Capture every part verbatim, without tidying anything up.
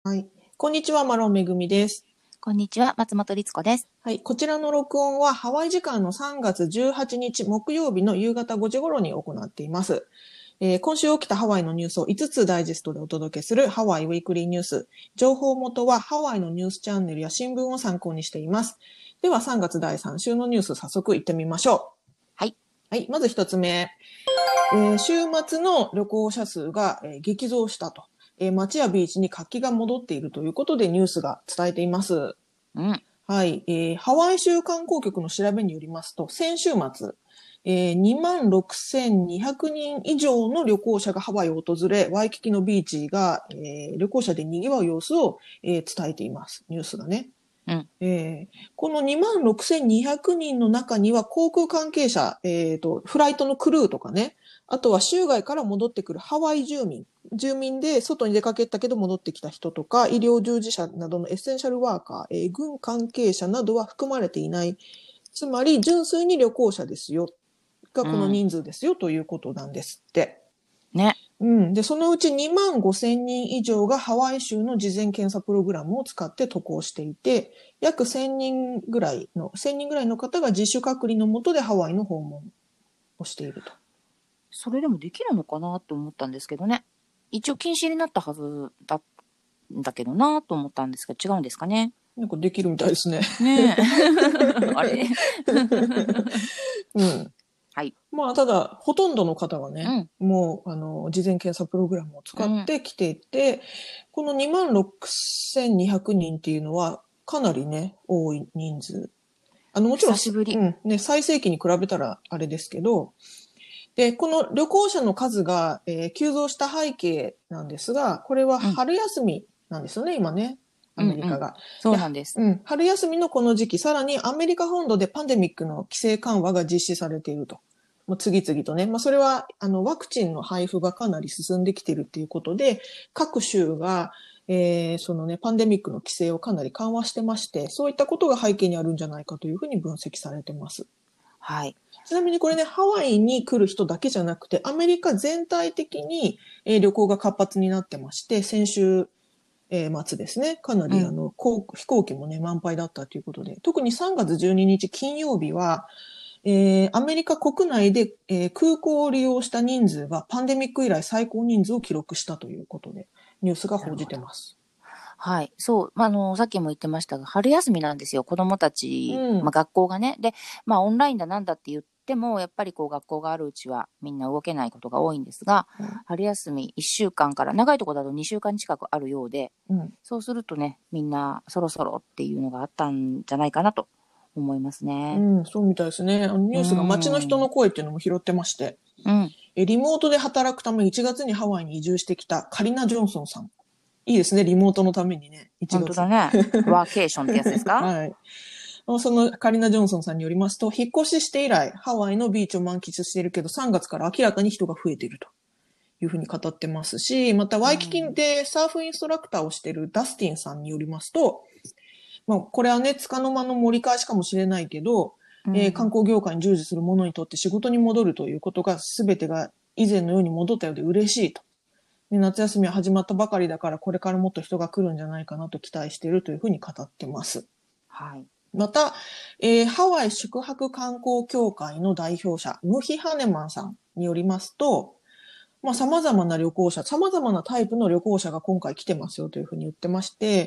はい。こんにちは、マロンめぐみです。 こんにちは、松本律子です。 はい。こちらの録音はハワイ時間のさんがつじゅうはちにち木曜日の夕方ごじ頃に行っています。えー今週起きたハワイのニュースをいつつダイジェストでお届けするハワイウィークリーニュース。情報元はハワイのニュースチャンネルや新聞を参考にしています。ではさんがつだいさん週のニュース早速行ってみましょはい。 う。はい。まず一つ目。えー週末の旅行者数が、えー激増したと。えー街やビーチに活気が戻っているということでニュースが伝えています。 うん。 はい、えーハワイ州観光局の調べによりますと、先週末、えー、にまんろくせんにひゃくにん以上の旅行者がハワイを訪れ、ワイキキのビーチが、えー旅行者で賑わう様子を、えー伝えています。ニュースがね。 うん。 えーこのにまんろくせんにひゃくにんの中には航空関係者、えーと、フライトのクルーとかね、あとは州外から戻ってくるハワイ住民、住民で外に出かけたけど戻ってきた人とか、医療従事者などのエッセンシャルワーカー、えー軍関係者などは含まれていない。つまり、純粋に旅行者ですよ。がこの人数ですよ、ということなんですって。 ね。 うん。で、そのうちにまんごせんにん以上がハワイ州の事前検査プログラムを使って渡航していて、約せんにんぐらいの、せんにんぐらいの方が自主隔離のもとでハワイの訪問をしていると。 それでもできるのかなと思ったんですけどね。一応禁止になったはずだんだけどなと思ったんですけど、違うんですかね。 なんかできるみたいですね。 ねえ。あれうん。 はい。 まあ、ただ、ほとんどの方がね、 うん。 もう、あの、事前検査プログラムを使っうん。 てきていて、このにまんろくせんにひゃくにんっていうのは、かなりね、多い人数。あの、もちろん、 久しぶり。 うん、ね、最盛期に比べたらあれですけど、で、この旅行者の数が、えー急増した背景なんですが、これはうん。 春休みなんですよね、今ね、アうんうん。 メリカが。 そで、 うなんです。 うん、春休みのこの時期、さらにアメリカ本土でパンデミックの規制緩和が実施されていると。もう次々とね。まあ、それは、あの、ワクチンの配布がかなり進んできているっていうことで、各州が、えーそのね、パンデミックの規制をかなり緩和してまして、そういったことが背景にあるんじゃないかというふうに分析されてます。 はい。 ちなみにこれね、ハワイに来る人だけじゃなくて、アメリカ全体的に、えー旅行が活発になってまして、先週、えー末ですね、かなうん。 りあの、航飛行機もね、満杯だったということで、特にさんがつじゅうににち金曜日は、えーアメリカ国内で、えー空港を利用した人数がパンデミック以来最高人数を記録したということで、ニュースが報じなるほど。 てます。 はい。そう。まあ、あの、さっきも言ってましたが、春休みなんですよ。子供たち、まあ、 うん。 学校がね。で、まあ、オンラインだなんだって言っても、やっぱりこう、学校があるうちはみんな動けないことが多いんですが、春休みいっしゅうかんから、長いところだとにしゅうかん近くあるようで、 うん。 そうするとね、みんなそろそろっていうのがあったんじゃないかなと思いますね。 うん、そうみたいですね。あのニうーュースが街の人のん。 声っていうのも拾ってまして、 うん。 えリモートで働くためいちがつにハワイに移住してきたカリナ・ジョンソンさん。いいですね、リモートのためにね、1 本当だ月。 ね。ワーケーションってやつですか？ はい。そのカリナ・ジョンソンさんによりますと、引っ越しして以来、ハワイのビーチを満喫しているけど、さんがつから明らかに人が増えているというふうに語ってますし、またうワイキキん。 でサーフインストラクターをしているダスティンさんによりますと、まあ、これはね、束の間の盛り返しかもしれないけど、えー観うん。 光業界に従事する者にとって仕事に戻るということが全てが以前のように戻ったようで嬉しいと。で夏休みは始まったばかりだからこれからもっと人が来るんじゃないかなと期待しているというふうに語ってます。 はい。 また、えーハワイ宿泊観光協会の代表者、ムヒ・ハネマンさんによりますと、まあ、様々な旅行者、様々なタイプの旅行者が今回来てますよというふうに言ってまして、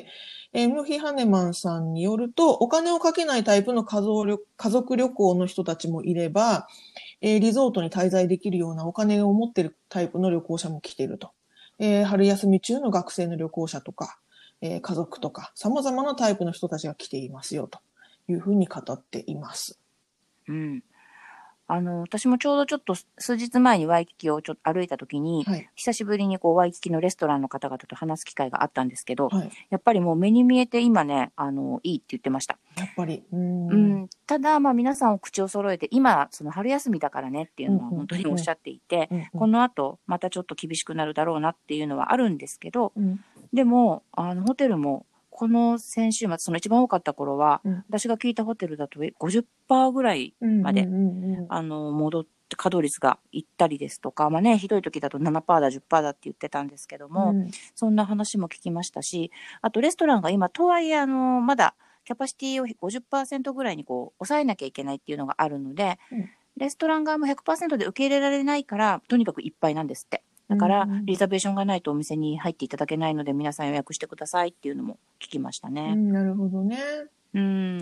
えームヒ・ハネマンさんによると、お金をかけないタイプの家族旅家族旅行の人たちもいれば、えーリゾートに滞在できるようなお金を持っているタイプの旅行者も来ていると。えー春休み中の学生の旅行者とか、えー家族とか、様々なタイプの人たちが来ていますよというふうに語っています。 うん。あの、私もちょうどちょっと数日前にワイキキをちょっと歩いた時に、 はい。 久しぶりにこうワイキキのレストランの方々と話す機会があったんですけど、 はい。 やっぱりもう目に見えて今ね、あの、いいって言ってました。 やっぱり、うーん。 ううんん、ただ、まあ皆さんお口を揃えて、今、その春休みだからねっていううんのは本当にうんおっしゃっていて、 うんうんこの後、またちょっと厳しくなるだろうなっていうのはあるんですけど、 うんでも、あの、ホテルも、この先週末、その一番多かった頃は、 うん私が聞いたホテルだとごじゅっパーセントぐらいうんうんまで、 うんうんあの、戻っ稼働率がいったりですとか、まあね、ひどい時だと ななパーセント だ、じゅっパーセント だって言ってたんですけども、 うんそんな話も聞きましたし、あとレストランが今、とはいえ、あの、まだキャパシティを ごじゅっパーセント ぐらいにこう、抑えなきゃいけないっていうのがあるので、 うんレストラン側も ひゃくパーセント で受け入れられないから、とにかくいっぱいなんですって。だから、リザベーションがないとお店に入っていただけないので、皆さん予約してくださいっていうのも聞きましたね。 うん、なるほどね。 うん。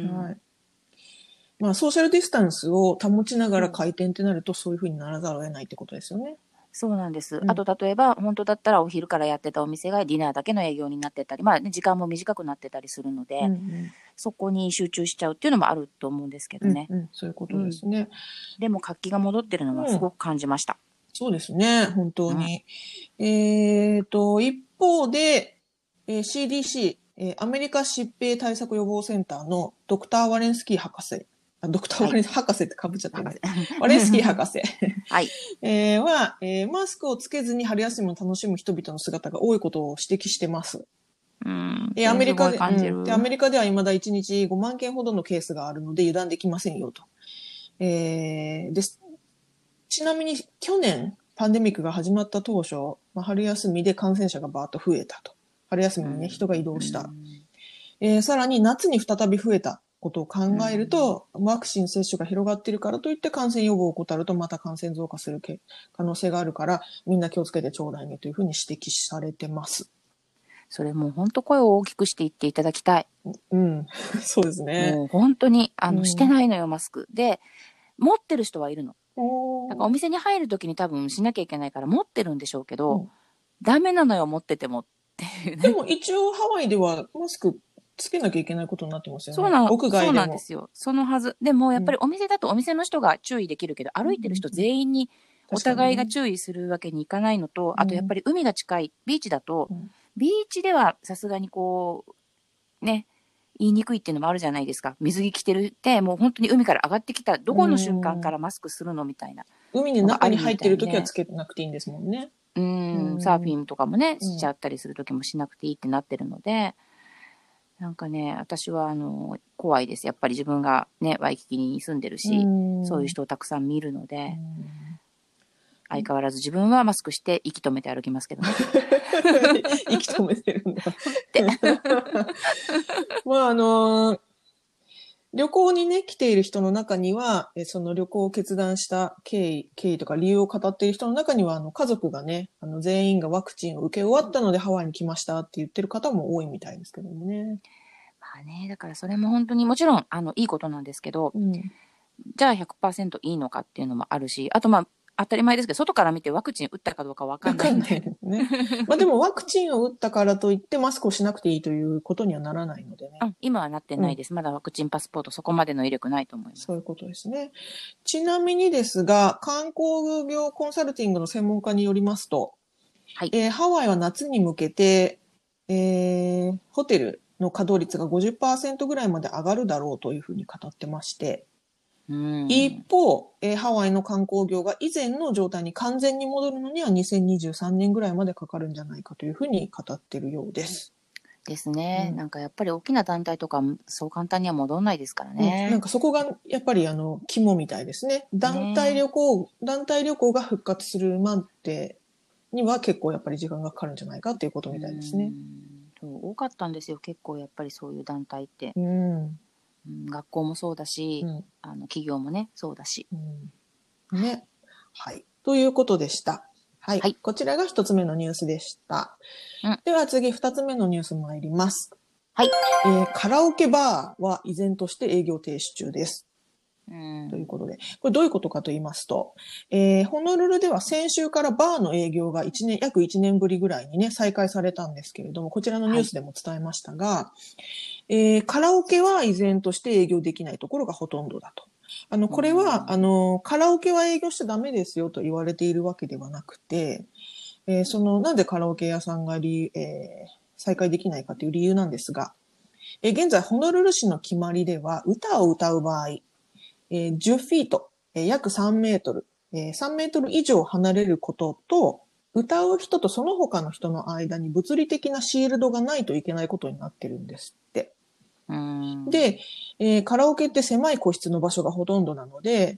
はい。まあ、ソーシャルディスタンスを保ちながら開店ってなると、そういうふうにならざるを得ないってことですよね。 そうなんです。 うんあと、例えば、本当だったらお昼からやってたお店がディナーだけの営業になってたり、まあ、ね、時間も短くなってたりするので、 うんうんそこに集中しちゃうっていうのもあると思うんですけどね。 うんうん、そういうことですね。 でも、活気が戻ってるのはすごく感じました。 そうですね、本当に。えっと、一方で、えー シーディーシー、えーアメリカ疾病対策予防センターのドクター・ワレンスキー博士、あドクター・ワレンス、博士って被っちゃってるね。ワレンスキー博士はい。 えーは、えーマスクをつけずに春休みを楽しむ人々の姿が多いことを指摘してます。 うん。 で、アメリカで、 すごい感じる。 うんで、アメリカでは未だいちにちごまんけんほどのケースがあるので油断できませんよと。えーですちなみに去年パンデミックが始まった当初、まあ、春休みで感染者がバーッと増えたと。春休みにね、人が移動した。えーさらに夏に再び増えたことを考えると、ワクチン接種が広がっているからといって感染予防を怠るとまた感染増加する可能性があるから、みんな気をつけてちょうだいねというふうに指摘されてます。 それもう本当声を大きくして言っていただきたい。 うん、そうですね。 もう本当に、あの、 うんしてないのよ、マスク。で、持ってる人はいるの。 おなんかお店に入るときに多分しなきゃいけないから持ってるんでしょうけど、 うんダメなのよ、持っててもっていうね。 でも一応ハワイではマスクつけなきゃいけないことになってますよね。 そうなの、 屋外でも。 そうなんですよ。そのはず。でもやっぱりお店だとお店の人が注意できるけど、歩いてる人全員にお互いが注意するわけにいかないのと、あとやっぱり海が近い、ビーチだと、 うんビーチではさすがにこう、ね、言いにくいっていうのもあるじゃないですか。水着着てるって、もう本当に海から上がってきた、どこの瞬間からマスクするのみたいな。 海の中に入ってるときはつけなくていいんですもんね。 ううんん、サーフィンとかもね、 うんしちゃったりするときもしなくていいってなってるので、なんかね、私はあの、怖いです。やっぱり自分がね、ワイキキに住んでるし、 うんそういう人をたくさん見るので、 うん相変わらず自分はマスクして息止めて歩きますけどね。 息止めてるんだ。 って。 まああの旅行にね、来ている人の中には、えその旅行を決断した経緯、経緯とか理由を語っている人の中には、あの、家族がね、あの、全員がワクチンを受け終わったのでハワイに来ましたって言ってる方も多いみたいですけどもね。 まあね、だからそれも本当にもちろん、あの、いいことなんですけど、 うん。 じゃあ ひゃくパーセント いいのかっていうのもあるし、あとまあ、当たり前ですけど、外から見てワクチン打ったかどうかわかわんないんで。 かんないですね。まあでもワクチンを打ったからといってマスクをしなくていいということにはならないのでね。 うん、今はなってないです。まだワクチンパスポートそこまでの威力ないと思います。 そういうことですね。ちなみにですが、観光業コンサルティングの専門家によりますと、 はい。 えーハワイは夏に向けて、えーホテルの稼働率が ごじゅっパーセント ぐらいまで上がるだろうというふうに語ってまして、 うん。 一方、えーハワイの観光業が以前の状態に完全に戻るのにはにせんにじゅうさんねんぐらいまでかかるんじゃないかというふうに語っているようです。 ですね、 うんなんかやっぱり大きな団体とかそう簡単には戻んないですからうん、 ね。 なんかそこがやっぱりあの肝みたいですね。団体旅行、団体旅行が復活するまでには結構やっぱり時間がかかるんじゃないかっていうことみたいですね。 うんそう多かったんですよ、結構やっぱりそういう団体って。 うん。 うん学校もそうだし、 うんあの企業もね、そうだし。 うんね。はい。ということでした。はい。 はいこちらが一つ目のニュースでした。 うんでは次二つ目のニュース参ります。 はい。 えーカラオケバーは依然として営業停止中です。 うんということで、これどういうことかと言いますと、えーホノルルでは先週からバーの営業が一年、約いちねんぶりぐらいにね、再開されたんですけれども、こちらのニュースでも伝えましたが、えーカラオケは依然として営業できないところがほとんどだと。あの、これは、あの、カラオケは営業しちゃダメですよと言われているわけではなくて、えーその、なんでカラオケ屋さんがり、えー再開できないかという理由なんですが、えー現在、ホノルル市の決まりでは、歌を歌う場合、えーじゅっフィート、えー約さんメートル、えーさんメートル以上離れることと、歌う人とその他の人の間に物理的なシールドがないといけないことになってるんですって。 うんで、えーカラオケって狭い個室の場所がほとんどなので、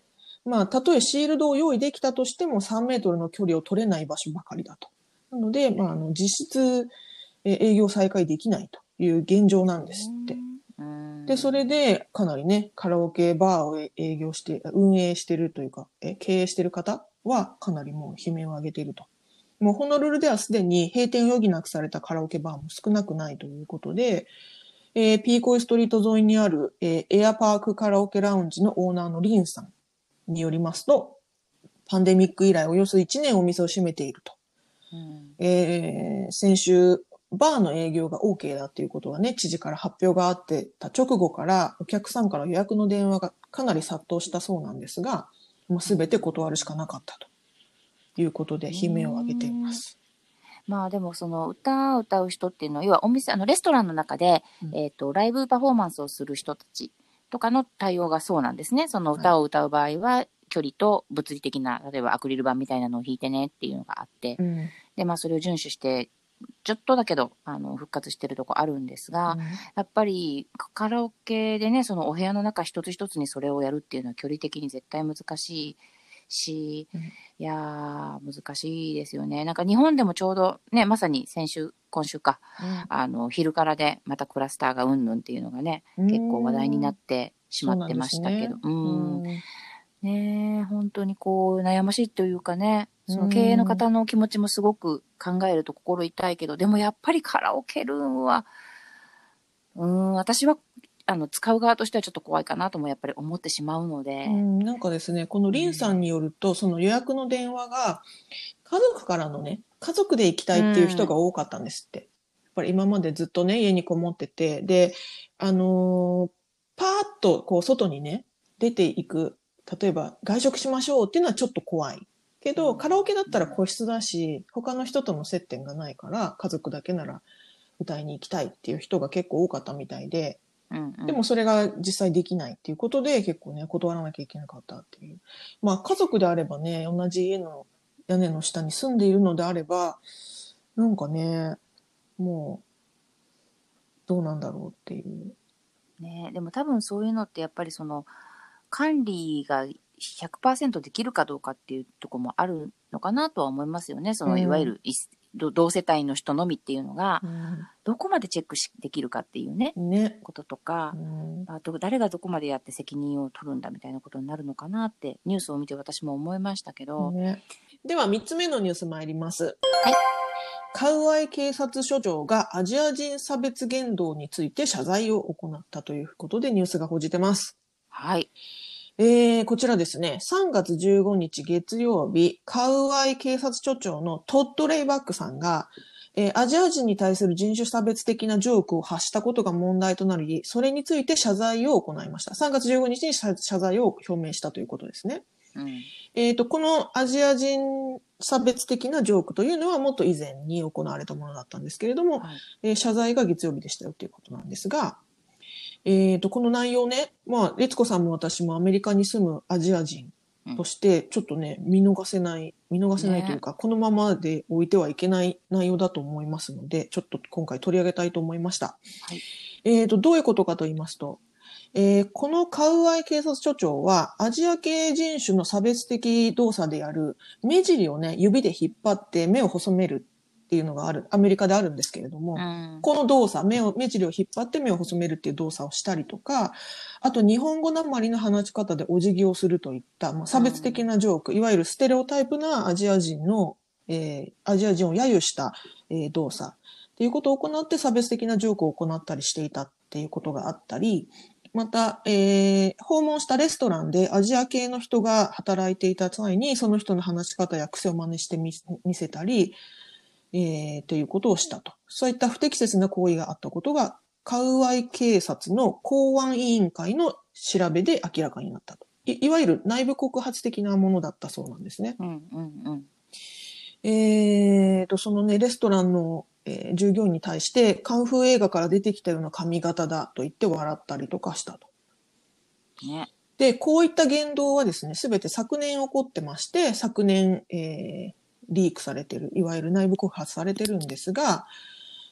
まあ、たとえシールドを用意できたとしてもさんメートルの距離を取れない場所ばかりだと。なので、まあ、あの実質、えー営業再開できないという現状なんですって。 うんで、それでかなりね、カラオケバーをえ営業して、運営してるというか、え経営してる方はかなりもう悲鳴を上げていると。もうホノルルではすでに閉店を余儀なくされたカラオケバーも少なくないということで、えーピーコイストリート沿いにある、えーエアパークカラオケラウンジのオーナーのリンさんによりますと、パンデミック以来およそいちねんお店を閉めていると。 うんえー先週、バーの営業が OK だっていうことがね、知事から発表があってた直後から、お客さんから予約の電話がかなり殺到したそうなんですが、もうすべて断るしかなかったということで悲鳴を上げています。 まあでもその歌を歌う人っていうのは、要はお店、あのレストランの中で、 うんえっと、ライブパフォーマンスをする人たちとかの対応がそうなんですね。その歌を歌う場合は、距離と物理的な、例えばアクリル板みたいなのを引いてねっていうのがあって、 うんで、まあそれを遵守して、ちょっとだけど、あの、復活してるとこあるんですが、 うんやっぱりカラオケでね、そのお部屋の中一つ一つにそれをやるっていうのは距離的に絶対難しいし、 うんいやー、難しいですよね。なんか日本でもちょうどね、まさに先週、今週か、あの、昼からでまたクラスターがうんぬんっていうのがね、 うん結構話題になってしまってそうなんでましたけど、 すね。 うーん、 うんねえ、本当にこう、悩ましいというかね、そのうん経営の方の気持ちもすごく考えると心痛いけど、でもやっぱりカラオケルームは、うーん、私は、あの、使う側としてはちょっと怖いかなともやっぱり思ってしまうので、 うんなんかですね、このリンさんによると、その予約の電話が、家族からのね、家族で行きたいっていう人が多かったんですって。やっぱり今までずっとね、家にこもってて、で、あのーパーッとこう外にね、出ていく、例えば外食しましょうっていうのはちょっと怖い。けど、 うんカラオケだったら個室だし、他の人との接点がないから、家族だけなら歌いに行きたいっていう人が結構多かったみたいで、 うんうんでもそれが実際できないっていうことで結構ね、断らなきゃいけなかったっていう。まあ家族であればね、同じ家の屋根の下に住んでいるのであれば、なんかね、もう、どうなんだろうっていう。 ね、でも多分そういうのってやっぱりその管理がひゃくパーセントできるかどうかっていうところもあるのかなとは思いますよね。そのうんいわゆる一同同世帯の人のみっていうのがうどこまでチェックしできるかっていうね、 ん、ね。 こととかう、ん、 あと誰がどこまでやって責任を取るんだみたいなことになるのかなってニュースを見て私も思いましたけど、 ね。ではみっつめのニュース参ります。 はい。 カウアイ警察署長がアジア人差別言動について謝罪を行ったということでニュースが報じてます。 はい。 えー、こちらですね、さんがつじゅうごにち月曜日、カウアイ警察署長のトッド・レイバックさんが、えーアジア人に対する人種差別的なジョークを発したことが問題となり、それについて謝罪を行いました。さんがつじゅうごにちに謝謝罪を表明したということですね。 うん。 えーと、このアジア人差別的なジョークというのはもっと以前に行われたものだったんですけれども、 はい。 えー謝罪が月曜日でしたよということなんですが、えーと、この内容ね、まあ、律子さんも私もアメリカに住むアジア人として、ちょっとね、見逃せない、見逃せないというか、このままで置いてはいけない内容だと思いますので、ちょっと今回取り上げたいと思いました。 はい。 えーと、どういうことかと言いますと、えーこのカウアイ警察署長は、アジア系人種の差別的動作である、目尻をね、指で引っ張って目を細めるっていうのがある、アメリカであるんですけれども、 うん。 この動作、目を、目尻を引っ張って目を細めるっていう動作をしたりとか、あと日本語なまりの話し方でお辞儀をするといった、まあ、差別的なジョーク、いわゆるステレオタイプなアジア人の、えーアジア人を揶揄した、えー動作っていうことを行って差別的なジョークを行ったりしていたっていうことがあったり、また、えー訪問したレストランでアジア系の人が働いていた際に、その人の話し方や癖を真似してみ見せたり、えー、ということをしたと。そういった不適切な行為があったことが、カウアイ警察の公安委員会の調べで明らかになったと。い、いわゆる内部告発的なものだったそうなんですね。 うん。うん。うん。 えーと、そのね、レストランの、えー従業員に対して、カンフー映画から出てきたような髪型だと言って笑ったりとかしたと。 ね。 で、こういった言動はですね、すべて昨年起こってまして、昨年、えーリークされてる、いわゆる内部告発されてるんですが、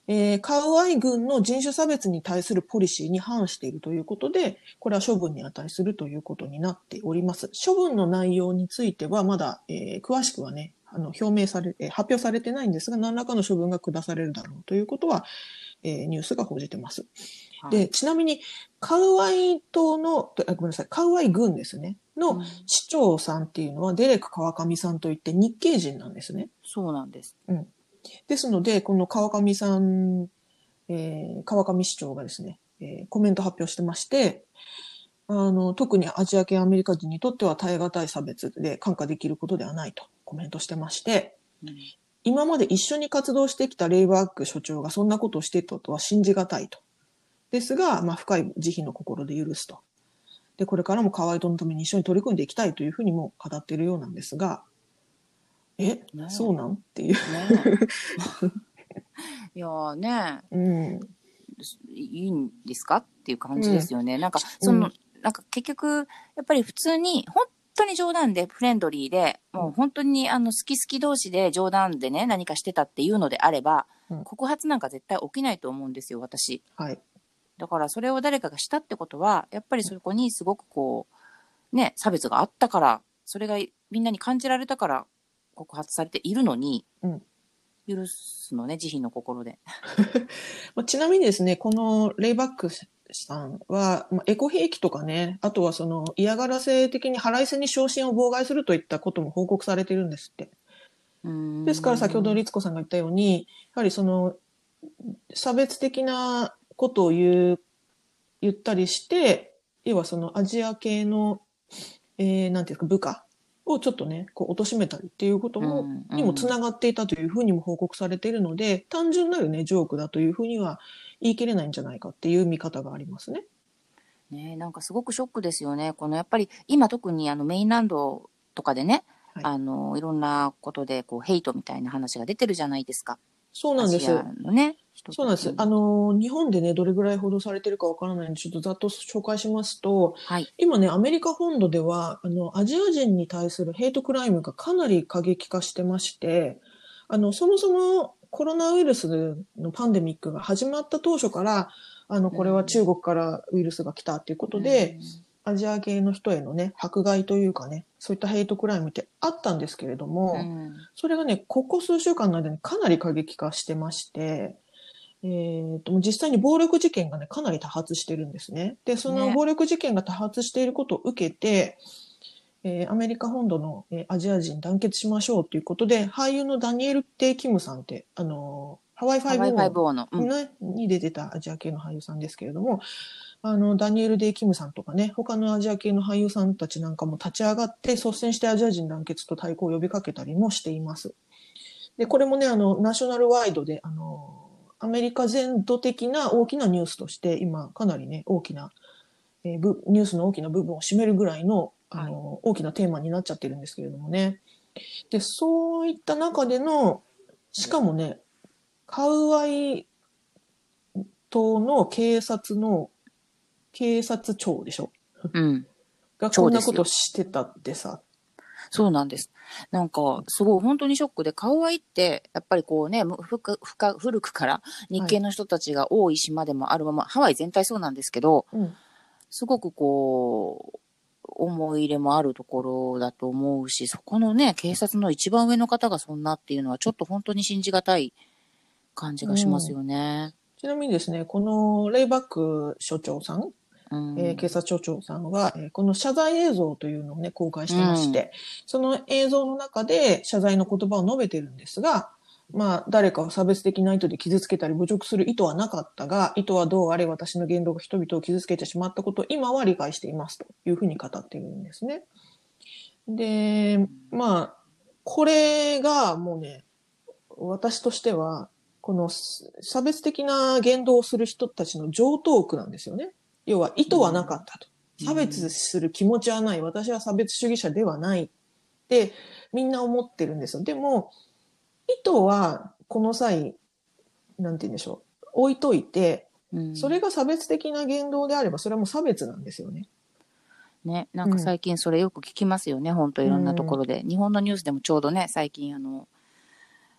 えー、カウアイ郡の人種差別に対するポリシーに反しているということで、これは処分に値するということになっております。処分の内容についてはまだ、えー、詳しくはね、あの表明され、えー、発表されてないんですが、何らかの処分が下されるだろうということは、えー、ニュースが報じてます。 はい、 で、ちなみに、カウアイ島の、あごめんなさい、カウアイ郡ですね、の市長さんっていうのは、デレク川上さんといって日系人なんですね。 そうなんです。 うん。ですので、この川上さん、えー、川上市長がですね、えー、コメント発表してまして、あの、特にアジア系アメリカ人にとっては耐え難い差別で看過できることではないとコメントしてまして、うん、今まで一緒に活動してきたレイバック所長がそんなことをしていたとは信じがたいと。ですが、まあ、深い慈悲の心で許すと。で、これからも河合とのために一緒に取り組んでいきたいというふうにも語っているようなんですが、え、ね、そうなんっていう。ね、 いやーね、 うん、 いいんですかっていう感じですよね。うん、なんか、その、うん、なんか結局、やっぱり普通に、本当に冗談でフレンドリーで、もう本当にあの好き好き同士で冗談でね、何かしてたっていうのであれば、うん、告発なんか絶対起きないと思うんですよ、私。はい。だからそれを誰かがしたってことは、やっぱりそこにすごくこう、ね、差別があったから、それがみんなに感じられたから告発されているのに、うん、許すのね、慈悲の心で。 ちなみにですね、このレイバックさんは、まあ、エコ兵器とかね、あとはその嫌がらせ的に腹いせに昇進を妨害するといったことも報告されているんですって。ですから先ほど律子さんが言ったように、やはりその差別的なことを言う、言ったりして、要はそのアジア系の、えー、なんていうか部下をちょっとね、こう貶めたりっていうことも、うんうん、にもつながっていたというふうにも報告されているので、単純なるね、ジョークだというふうには言い切れないんじゃないかっていう見方がありますね。 ね、なんかすごくショックですよね。このやっぱり今特にあのメインランドとかでね、はい、あのいろんなことでこうヘイトみたいな話が出てるじゃないですか。 そうなんです。 アジアのね、 そうなんです。あの、日本でね、どれぐらい報道されてるかわからないんで、ちょっとざっと紹介しますと、はい、今ね、アメリカ本土では、あの、アジア人に対するヘイトクライムがかなり過激化してまして、あの、そもそもコロナウイルスのパンデミックが始まった当初から、あの、これは中国からウイルスが来たっていうことで、うん、アジア系の人へのね、迫害というかね、そういったヘイトクライムってあったんですけれども、うん、それがね、ここ数週間の間にかなり過激化してまして、えー、と実際に暴力事件がね、かなり多発してるんですね。で、その暴力事件が多発していることを受けて、ね、えー、アメリカ本土の、えー、アジア人団結しましょうということで、俳優のダニエル・テイ・キムさんって、あの、ハワイファイブオーの、うん、に出てたアジア系の俳優さんですけれども、あの、ダニエル・デイ・キムさんとかね、他のアジア系の俳優さんたちなんかも立ち上がって率先してアジア人団結と対抗を呼びかけたりもしています。で、これもね、あの、ナショナルワイドで、あの、アメリカ全土的な大きなニュースとして、今かなりね、大きな、えー、ニュースの大きな部分を占めるぐらいの、あの、はい、大きなテーマになっちゃってるんですけれどもね。で、そういった中での、しかもね、カウアイ島の警察の、警察庁でしょ。うん。がこんなことしてたってさ。 そうなんです。なんか、すごい本当にショックで、カウアイって、やっぱりこうね、ふくふか古くから日系の人たちが多い島でもあるまま、はい、ハワイ全体そうなんですけど、うん、すごくこう、思い入れもあるところだと思うし、そこのね、警察の一番上の方がそんなっていうのは、ちょっと本当に信じがたい感じがしますよね。 うん、ちなみにですね、このレイバック所長さん、うんえー、警察庁長さんは、えー、この謝罪映像というのをね、公開してまして、うん、その映像の中で謝罪の言葉を述べてるんですが、まあ、誰かを差別的な意図で傷つけたり侮辱する意図はなかったが、意図はどうあれ私の言動が人々を傷つけてしまったことを今は理解していますというふうに語っているんですね。で、まあ、これがもうね、私としては、この差別的な言動をする人たちの常套句なんですよね。要は意図はなかったと。差別する気持ちはない。私は差別主義者ではないってみんな思ってるんですよ。でも、意図はこの際、なんて言うんでしょう。置いといて、それが差別的な言動であれば、それはもう差別なんですよね。 ね、なんか最近それよく聞きますよね、うん、本当いろんなところで。日本のニュースでもちょうどね、最近あの、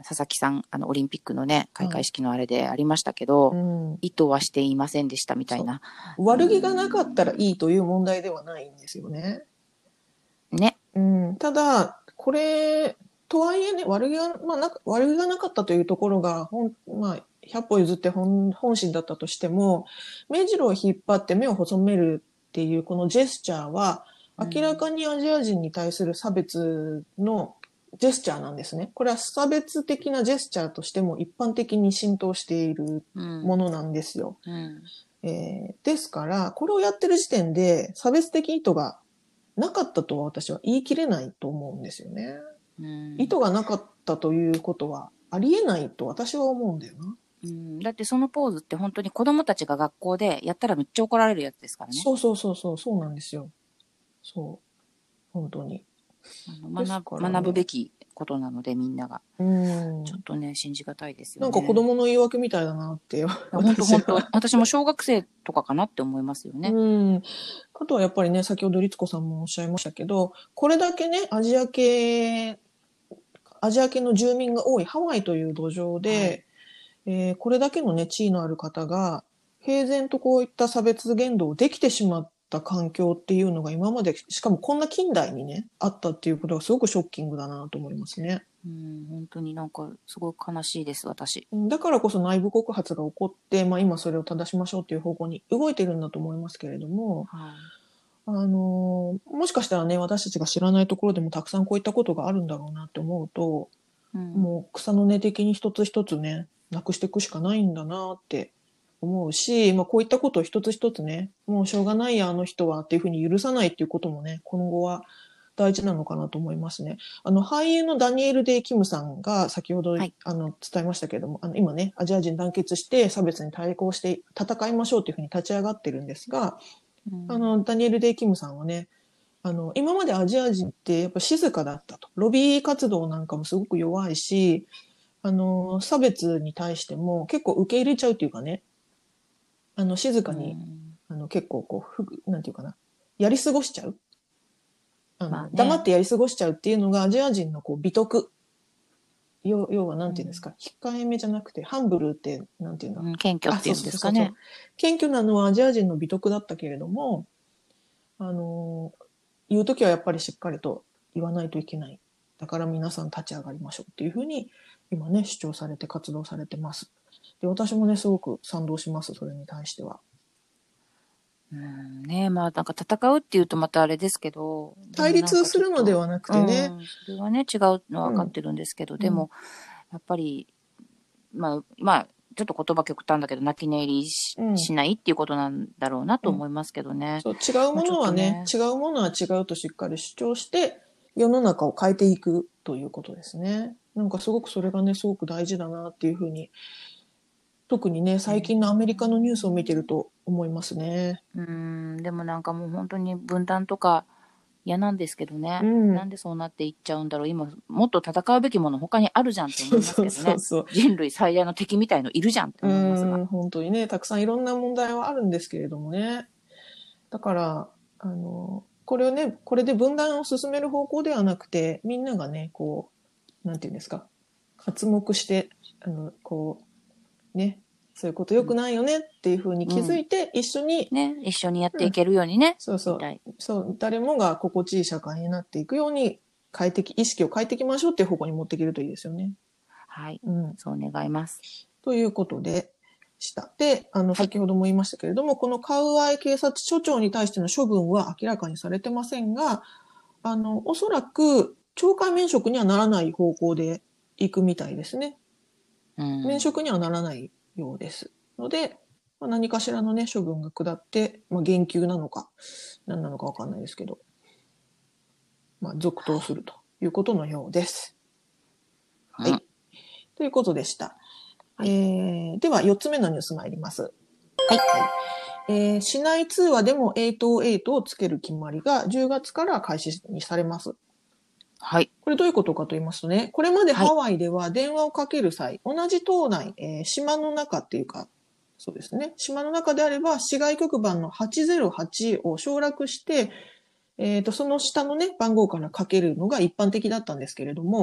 佐々木さん、あの、オリンピックのね、開会式のあれでありましたけど、 うん、 意図はしていませんでしたみたいな。 悪気がなかったらいいという問題ではないんですよね。 ね。 うん、ただ、これ、とはいえね、悪気が、まあ、な悪気がなかったというところが、ほんまあ、ひゃっぽ譲って本本心だったとしても、目白を引っ張って目を細めるっていうこのジェスチャーは、明らかにアジア人に対する差別のジェスチャーなんですね。これは差別的なジェスチャーとしても一般的に浸透しているものなんですよ。 うんうんえーですから、これをやってる時点で差別的意図がなかったとは私は言い切れないと思うんですよね。 うん、 意図がなかったということはありえないと私は思うんだよな。 うん、だってそのポーズって本当に子供たちが学校でやったらめっちゃ怒られるやつですからね。 そうそうそうそう、そうなんですよ。そう。本当に。 あの学ぶ、 ですからね学ぶべきことなのでみんなが。 うん。 ちょっとね、信じがたいですよね。 なんか子供の言い訳みたいだなって、 本当本当私は。 私も小学生とかかなって思いますよね。 うん。あとはやっぱりね、先ほど律子さんもおっしゃいましたけど、これだけね、アジア系、アジア系の住民が多いハワイという土壌で、 はいえーこれだけのね、地位のある方が、平然とこういった差別言動をできてしまった環境っていうのが今まで、しかもこんな近代にね、あったっていうことがすごくショッキングだなと思いますね。 うん、本当になんかすごい悲しいです、私。 だからこそ内部告発が起こって、まあ今それを正しましょうっていう方向に動いてるんだと思いますけれども、 はいあのーもしかしたらね、私たちが知らないところでもたくさんこういったことがあるんだろうなって思うと、 うんもう草の根的に一つ一つね、なくしていくしかないんだなって思うし、まあこういったことを一つ一つね、もうしょうがないや、あの人はっていうふうに許さないっていうこともね、今後は大事なのかなと思いますね。あの、俳優のダニエル・デイ・キムさんが先ほど、 はいあの伝えましたけれども、あの今ね、アジア人団結して差別に対抗して戦いましょうというふうに立ち上がってるんですが、 うんあの、ダニエル・デイ・キムさんはね、あの、今までアジア人ってやっぱ静かだったと。ロビー活動なんかもすごく弱いし、あの、差別に対しても結構受け入れちゃうっていうかね、あの、静かに、 うんあの、結構こう、ふぐ、なんていうかな、やり過ごしちゃう。あの、 まあね黙ってやり過ごしちゃうっていうのがアジア人のこう、美徳。要要はなんていうんですか、控えめじゃなくて、ハンブルってなんていうんだ。 うん、謙虚あ、 っていそううんそうそうそう。 ですかね。 謙虚なのはアジア人の美徳だったけれども、あの、言うときはやっぱりしっかりと言わないといけない。だから皆さん立ち上がりましょうっていうふうに今ね、主張されて活動されてます。で、私もね、すごく賛同します、それに対しては。 うんね、まあなんか戦うっていうとまたあれですけど、で対もなん立するかちょっとのではなくてね、 うん、それはね違うのは分かってるんですけど、でもやっぱりまあまあちょっと言葉極端だけど泣き寝入りし,、 うんしないっていうことなんだろうなと思いますけどね。 そう、違うものはね、 まあちょっとね違うものは違うとしっかり主張して、世の中を変えていくということですね。なんかすごくそれがね、すごく大事だなっていうふうに、特にね、最近のアメリカのニュースを見てると思いますね。 うんでもなんかもう本当に分断とか嫌なんですけどね、 うんなんでそうなっていっちゃうんだろう。今もっと戦うべきもの他にあるじゃんって思いますけどね。 そうそうそう人類最大の敵みたいのいるじゃんってう思いますが。 ん、本当にね、たくさんいろんな問題はあるんですけれどもね。だから、あの、これをね、これで分断を進める方向ではなくて、みんながね、こう、なんていうんですか、刮目して、あの、こう、ね、そういうこと良くないよねっていうふうに気づいて、一緒に、 ね、一緒にやっていけるようにね、 そうそうみたい。 そう、誰もが心地いい社会になっていくように、変えてき、意識を変えていきましょうっていう方向に持っていけるといいですよね。 はい、 うん。 そう願います。 ということでした。で、あの、先ほども言いましたけれども、このカウアイ警察署長に対しての処分は明らかにされてませんが、あの、おそらく、懲戒免職にはならない方向で行くみたいですね。 うん、 免職にはならないようです。ので、まあ、何かしらのね、処分が下って、まあ、減給なのか、何なのかわかんないですけど、まあ、続投するということのようです。はい。 うんということでした。 はいえー、では、よっつめのニュース参ります。 はい。 えー、市内通話でもはちまるはちをつける決まりがじゅうがつから開始にされます。 はい。 これどういうことかと言いますとね、これまでハワイでは電話をかける際、同じ島内、えー島の中っていうか、そうですね、島の中であれば、市外局番のはちぜろはちを省略して、えっと、その下のね、番号からかけるのが一般的だったんですけれども、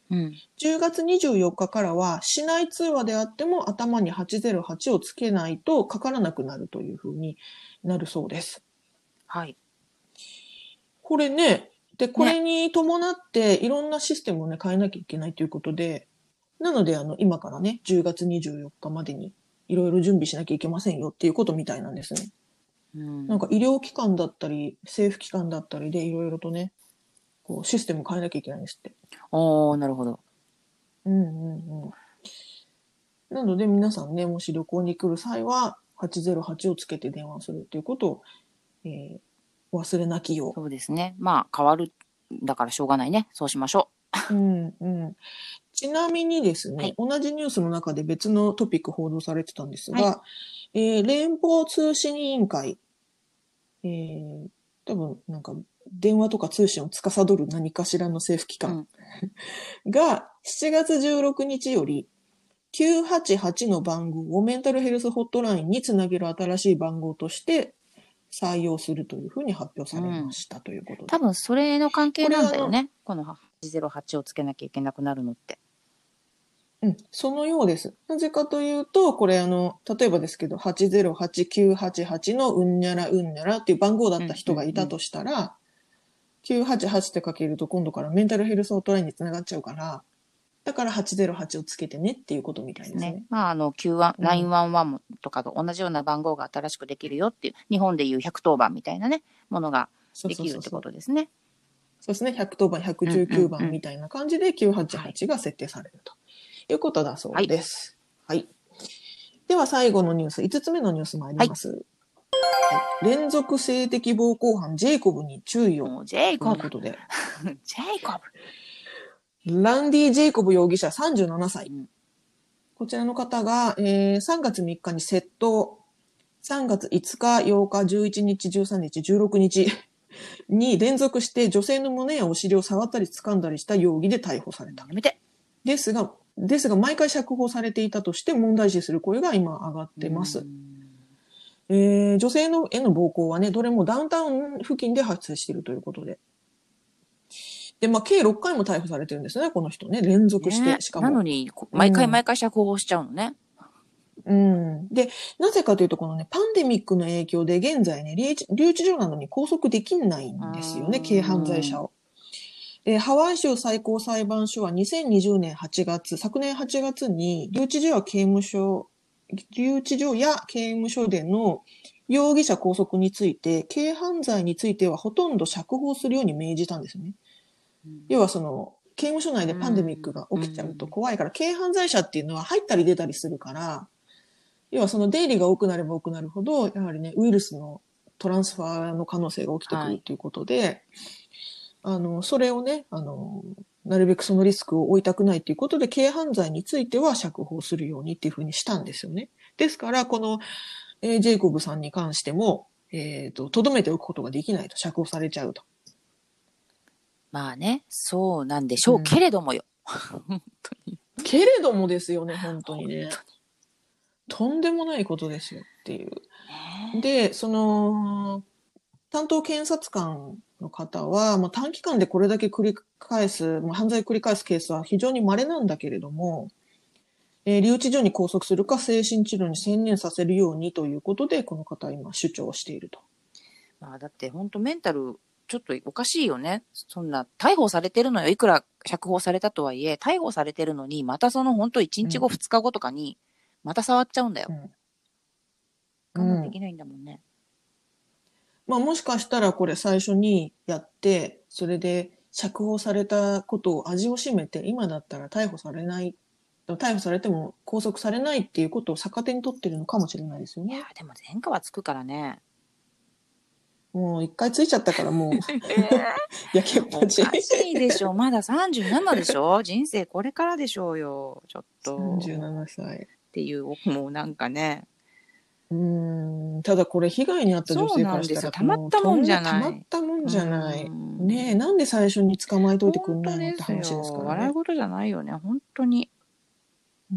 うん。 じゅうがつにじゅうよっかからは、市内通話であっても頭にはちゼロはちをつけないとかからなくなるというふうになるそうです。 はい。 これね、で、これね。 に伴っていろんなシステムをね、変えなきゃいけないということで、なので、あの、今からね、じゅうがつにじゅうよっかまでにいろいろ準備しなきゃいけませんよっていうことみたいなんですね。 うん。 なんか医療機関だったり、政府機関だったりでいろいろとね、こうシステム変えなきゃいけないんですって。 おー、なるほど。 うんうんうん。なので皆さんね、もし旅行に来る際は、はちゼロはちをつけて電話するっていうことを、えー忘れなきよそうですね。まあ、変わる。だからしょうがないね。そうしましょう。うんうん。ちなみにですう。はね、 い。 同じニュースの中で別のトピック報道されてたんですはい。 が、えー連邦通信委員会、えー多分なんか電話とか通信を司る何かしらの政府機関うん。 がしちがつじゅうろくにちよりきゅうはちはちの番号をメンタルヘルスホットラインにつなげる新しい番号として採用するというふうに発表されましたということで。 多分それの関係なこれあの、 んだよね。このはちゼロはちをつけなきゃいけなくなるのって。 うん、そのようです。なぜかというと、これあの、例えばですけど、はちゼロはちきゅうはちはちのうんにゃらうんにゃらっていう番号だった人がいたとしたら、きゅうはちはちってかけると今度からメンタルヘルスホットラインにつながっちゃうから、だからはちゼロはちをつけてねっていうことみたいですね。 ね。まあ、あの、きゅういち、 うんラインいちいちとかと同じような番号が新しくできるよっていう、日本でいうひゃくとおばんみたいなね、ものがそうできるってそうそうそう。 ことですね。 そうですね。ひゃくとおばん、ひゃくじゅうきゅうばんみたいな感じできゅうはちはちが設定されるということだそうです。はい。では最後のニュース、いつつめのニュース参ります。はい。連続性的暴行犯ジェイコブに注意を。 もうジェイとコブ。 いうことで。 ジェイコランディ・ジェイコブ容疑者さんじゅうななさい。 うんこちらの方が、えー、さんがつみっかに窃盗、さんがついつか、ようか、じゅういちにち、じゅうさんにち、じゅうろくにちに連続して女性の胸やお尻を触ったり掴んだりした容疑で逮捕された。 やめて。 ですが、ですが毎回釈放されていたとして問題視する声が今上がってます。えー、女性のへの暴行はね、どれもダウンタウン付近で発生しているということで。で、まあ、計ろっかいも逮捕されてるんですね、この人ね。連続して、 ね、 しかも。 なのに、毎回うん毎回釈放しちゃうのね。 うん。で、なぜかというと、このね、パンデミックの影響で現在ね、留置留置所などに拘束できないんですよね、軽犯罪者を。で、ハワイ州最高裁判所はにせんにじゅうねんはちがつ、昨年はちがつに留置所や刑務所、留置所や刑務所での容疑者拘束について、軽犯罪についてはほとんど釈放するように命じたんですね。要はその、刑務所内でパンデミックが起きちゃうと怖いから、軽犯罪者っていうのは入ったり出たりするから、要はその出入りが多くなれば多くなるほど、やはりね、ウイルスのトランスファーの可能性が起きてくるっていうことで、はい、あの、それをね、あの、なるべくそのリスクを負いたくないっていうことで、軽犯罪については釈放するようにっていうふうにしたんですよね。ですから、この、えー、ジェイコブさんに関しても、えっと、とどめておくことができないと、釈放されちゃうと。 まあね、そうなんでしょうけれどもよ。うん、本当に。 けれどもですよね、本当にね。本当にとんでもないことですよっていう。で、その、担当検察官の方は、まあ、短期間でこれだけ繰り返す、まあ、犯罪を繰り返すケースは非常に稀なんだけれども、えー、留置所に拘束するか精神治療に専念させるようにということで、この方は今主張していると。 まあ、だって本当メンタルちょっとおかしいよね。そんな逮捕されてるのよ。いくら釈放されたとはいえ、逮捕されてるのに、またその本当いちにちご、ふつかごとかに、また触っちゃうんだよ。うん、我慢できないんだもんね。 まあもしかしたらこれ最初にやって、それで釈放されたことを味を占めて、今だったら逮捕されない、逮捕されても拘束されないっていうことを逆手に取ってるのかもしれないですよね。 いや、でも前科はつくからね。 もう一回ついちゃったからもう、やけっぱち。 おかしいでしょ。まださんじゅうななでしょ。人生これからでしょうよ。ちょっと。 さんじゅうななさい。 っていう、もうなんかね。 うーん、ただこれ被害に遭った女性からしたらたまったもんじゃない。 たまったもんじゃない。ねえ、なんで最初に捕まえといてくんないのって話ですからね。 笑い事じゃないよね、本当に。 うん、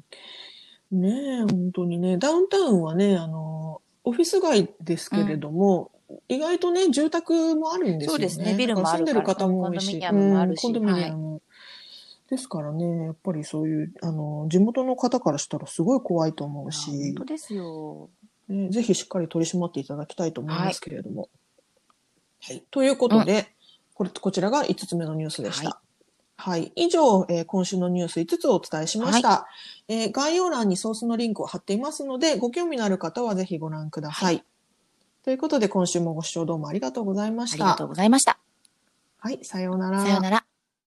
ねえ、本当にね。ダウンタウンはね、あの、オフィス街ですけれども、うん、意外とね、住宅もあるんですよね。 そうですね、ビルもあるから、 住んでる方も多いし、 コンドミニアムもあるし、 うん、コンドミニアム。はい、 ですからね、やっぱりそういう、あの、地元の方からしたらすごい怖いと思う本し当、ですよ。 ね、ぜひしっかり取り締まっていただきたいと思いますけれども。はい。というこうん。 とで、これ、こちらがいつつめのニュースでしはい。 た。はい。以上、えー今週のニュースいつつをお伝えしまはい。 した。えー概要欄にソースのリンクを貼っていますので、ご興味のある方はぜひご覧ください。 はい。 ということで、今週もご視聴どうもありがとうございました。 ありがとうございました。 はい。さようなら。 さようなら。